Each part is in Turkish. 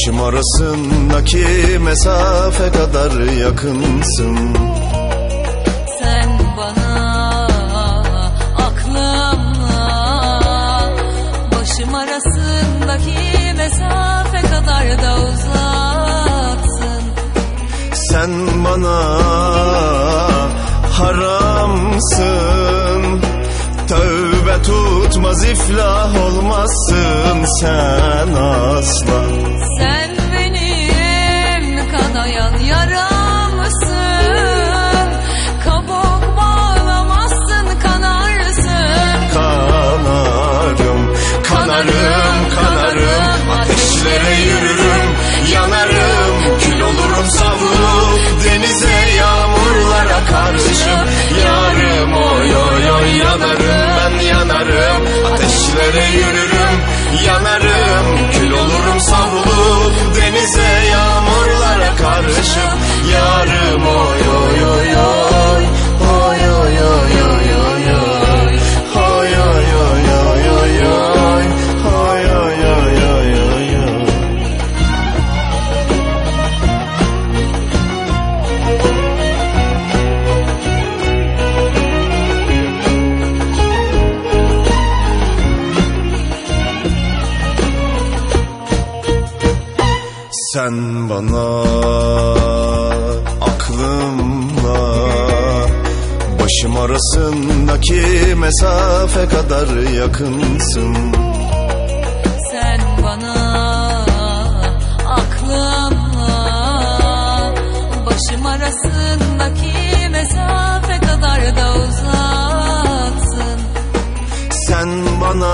Başım arasındaki mesafe kadar yakınsın. Sen bana aklımla başım arasındaki mesafe kadar da uzaksın. Sen bana haramsın, tövbe tutmaz iflah olmazsın sen asla. Sen benim kanayan yaramsın, kabuk bağlamazsın kanarsın. Kanarım, kanarım, kanarım, ateşlere yürürüm, yanarım, kül olurum savrulup denize yağmurlara karışıp. Yarım oy oy oy yanarım, ben yanarım, ateşlere yürürüm, yanarım, kül olurum savrulup denize yağmurlara karışıp. Yarım oy oy oy oy oy oy oy oy oy oy oy oy oy oy oy oy oy oy oy. Sen bana aklımla başım arasındaki mesafe kadar yakınsın. Sen bana aklımla başım arasındaki mesafe kadar da uzaksın. Sen bana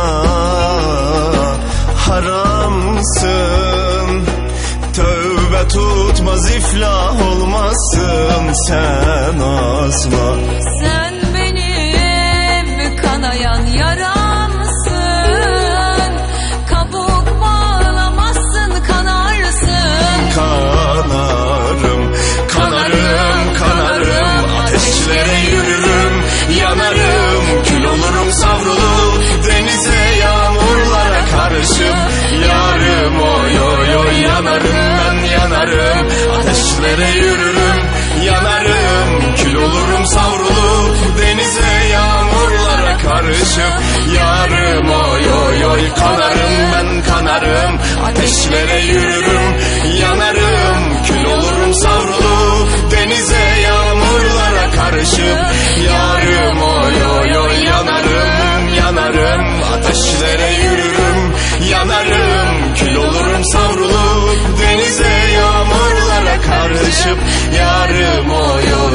haramsın, tövbe tutmaz iflah olmazsın sen asla. Sen benim kanayan yaramsın, kabuk bağlamazsın kanarsın. Kanarım, kanarım, kanarım, ateşlere yürürüm, yanarım, kül olurum savrulup denize yağmurlara karışıp. Yarım oy oy oy yanarım, ben yanarım, ateşlere yürürüm, yanarım, kül olurum savrulup denize yağmurlara karışıp. Yarım oy oy oy kanarım, ben kanarım, ateşlere yürürüm, yanarım, kül olurum savrulup denize yağmurlara karışıp. Yarım oy oy oy yanarım, yanarım, ateşlere yürürüm, yanarım, kül olurum savrulup denize yağmurlara karışıp. Yarım oy oy